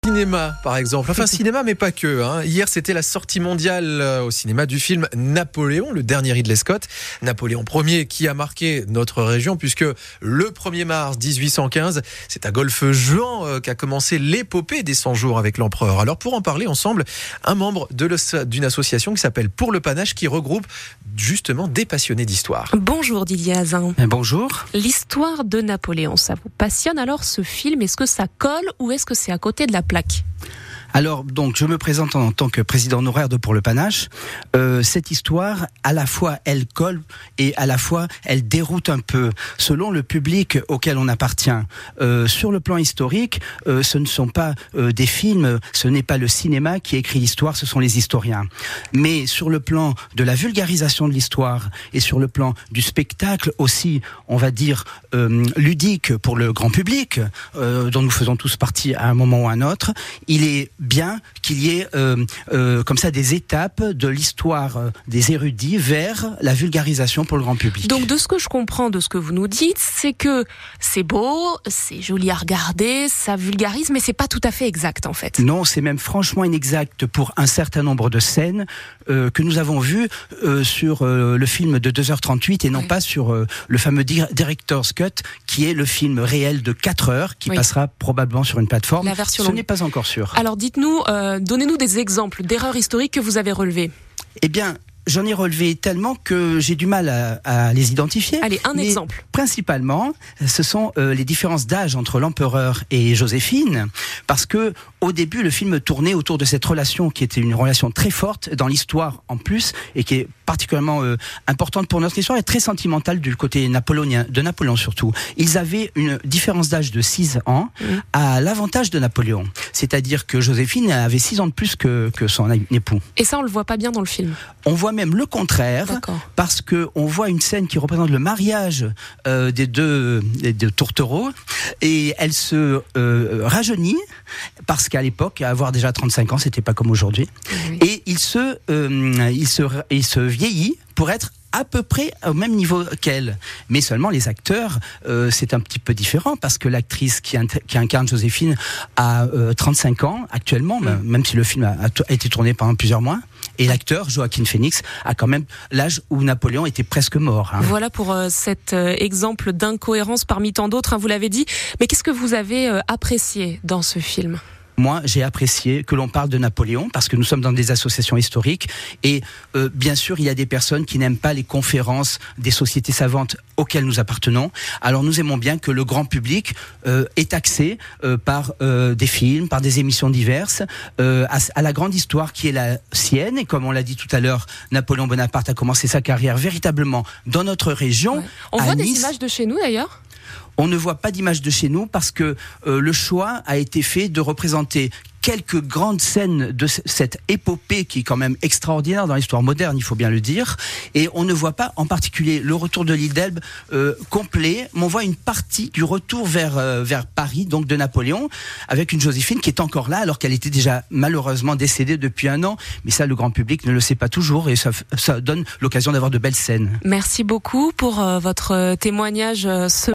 Cinéma, par exemple. Enfin, cinéma, mais pas que. Hier, c'était la sortie mondiale au cinéma du film Napoléon, le dernier Ridley Scott. Napoléon Ier qui a marqué notre région, puisque le 1er mars 1815, c'est à Golfe-Juan qu'a commencé l'épopée des 100 jours avec l'empereur. Alors, pour en parler ensemble, un membre d'une association qui s'appelle Pour le Panache, qui regroupe justement des passionnés d'histoire. Bonjour Didier Hazin. Bonjour. L'histoire de Napoléon, ça vous passionne alors ce film? Est-ce que ça colle ou est-ce que c'est à côté de la plaque? Alors, donc, je me présente en tant que président honoraire de Pour le Panache. Cette histoire, à la fois, elle colle et à la fois, elle déroute un peu, selon le public auquel on appartient. Sur le plan historique, ce ne sont pas des films, ce n'est pas le cinéma qui écrit l'histoire, ce sont les historiens. Mais sur le plan de la vulgarisation de l'histoire et sur le plan du spectacle aussi, on va dire, ludique pour le grand public, dont nous faisons tous partie à un moment ou à un autre, il est bien qu'il y ait comme ça des étapes de l'histoire des érudits vers la vulgarisation pour le grand public. Donc de ce que je comprends de ce que vous nous dites, c'est que c'est beau, c'est joli à regarder, ça vulgarise, mais c'est pas tout à fait exact en fait. Non, c'est même franchement inexact pour un certain nombre de scènes que nous avons vues sur le film de 2h38 et non pas sur le fameux Director's Cut qui est le film réel de 4 heures qui passera probablement sur une plateforme. La version Ce n'est pas encore sûr. Alors dites-nous, donnez-nous des exemples d'erreurs historiques que vous avez relevées. Eh bien, j'en ai relevé tellement que j'ai du mal à les identifier. Allez, un exemple. Principalement, ce sont les différences d'âge entre l'empereur et Joséphine, parce que au début, le film tournait autour de cette relation qui était une relation très forte dans l'histoire en plus, et qui est particulièrement importante pour notre histoire et très sentimentale du côté napoléonien, de Napoléon surtout. Ils avaient une différence d'âge de 6 ans à l'avantage de Napoléon. C'est-à-dire que Joséphine avait 6 ans de plus que son époux. Et ça, on le voit pas bien dans le film. On voit même le contraire, parce que on voit une scène qui représente le mariage des deux tourtereaux, et elle se rajeunit, parce qu'à l'époque, avoir déjà 35 ans, c'était pas comme aujourd'hui, et il se vieillit pour être à peu près au même niveau qu'elle. Mais seulement les acteurs, c'est un petit peu différent, parce que l'actrice qui incarne Joséphine a 35 ans actuellement, même si le film a été tourné pendant plusieurs mois. Et l'acteur, Joaquin Phoenix, a quand même l'âge où Napoléon était presque mort. Voilà pour cet exemple d'incohérence parmi tant d'autres, vous l'avez dit. Mais qu'est-ce que vous avez apprécié dans ce film ? Moi, j'ai apprécié que l'on parle de Napoléon, parce que nous sommes dans des associations historiques, et bien sûr, il y a des personnes qui n'aiment pas les conférences des sociétés savantes auxquelles nous appartenons. Alors nous aimons bien que le grand public est axé par des films, par des émissions diverses, à la grande histoire qui est la sienne. Et comme on l'a dit tout à l'heure, Napoléon Bonaparte a commencé sa carrière véritablement dans notre région. On voit Nice. Des images de chez nous d'ailleurs ? On ne voit pas d'image de chez nous parce que le choix a été fait de représenter quelques grandes scènes de cette épopée qui est quand même extraordinaire dans l'histoire moderne, il faut bien le dire. Et on ne voit pas en particulier le retour de l'île d'Elbe complet, mais on voit une partie du retour vers Paris, donc de Napoléon, avec une Joséphine qui est encore là alors qu'elle était déjà malheureusement décédée depuis 1 an. Mais ça, le grand public ne le sait pas toujours, et ça donne l'occasion d'avoir de belles scènes. Merci beaucoup pour votre témoignage.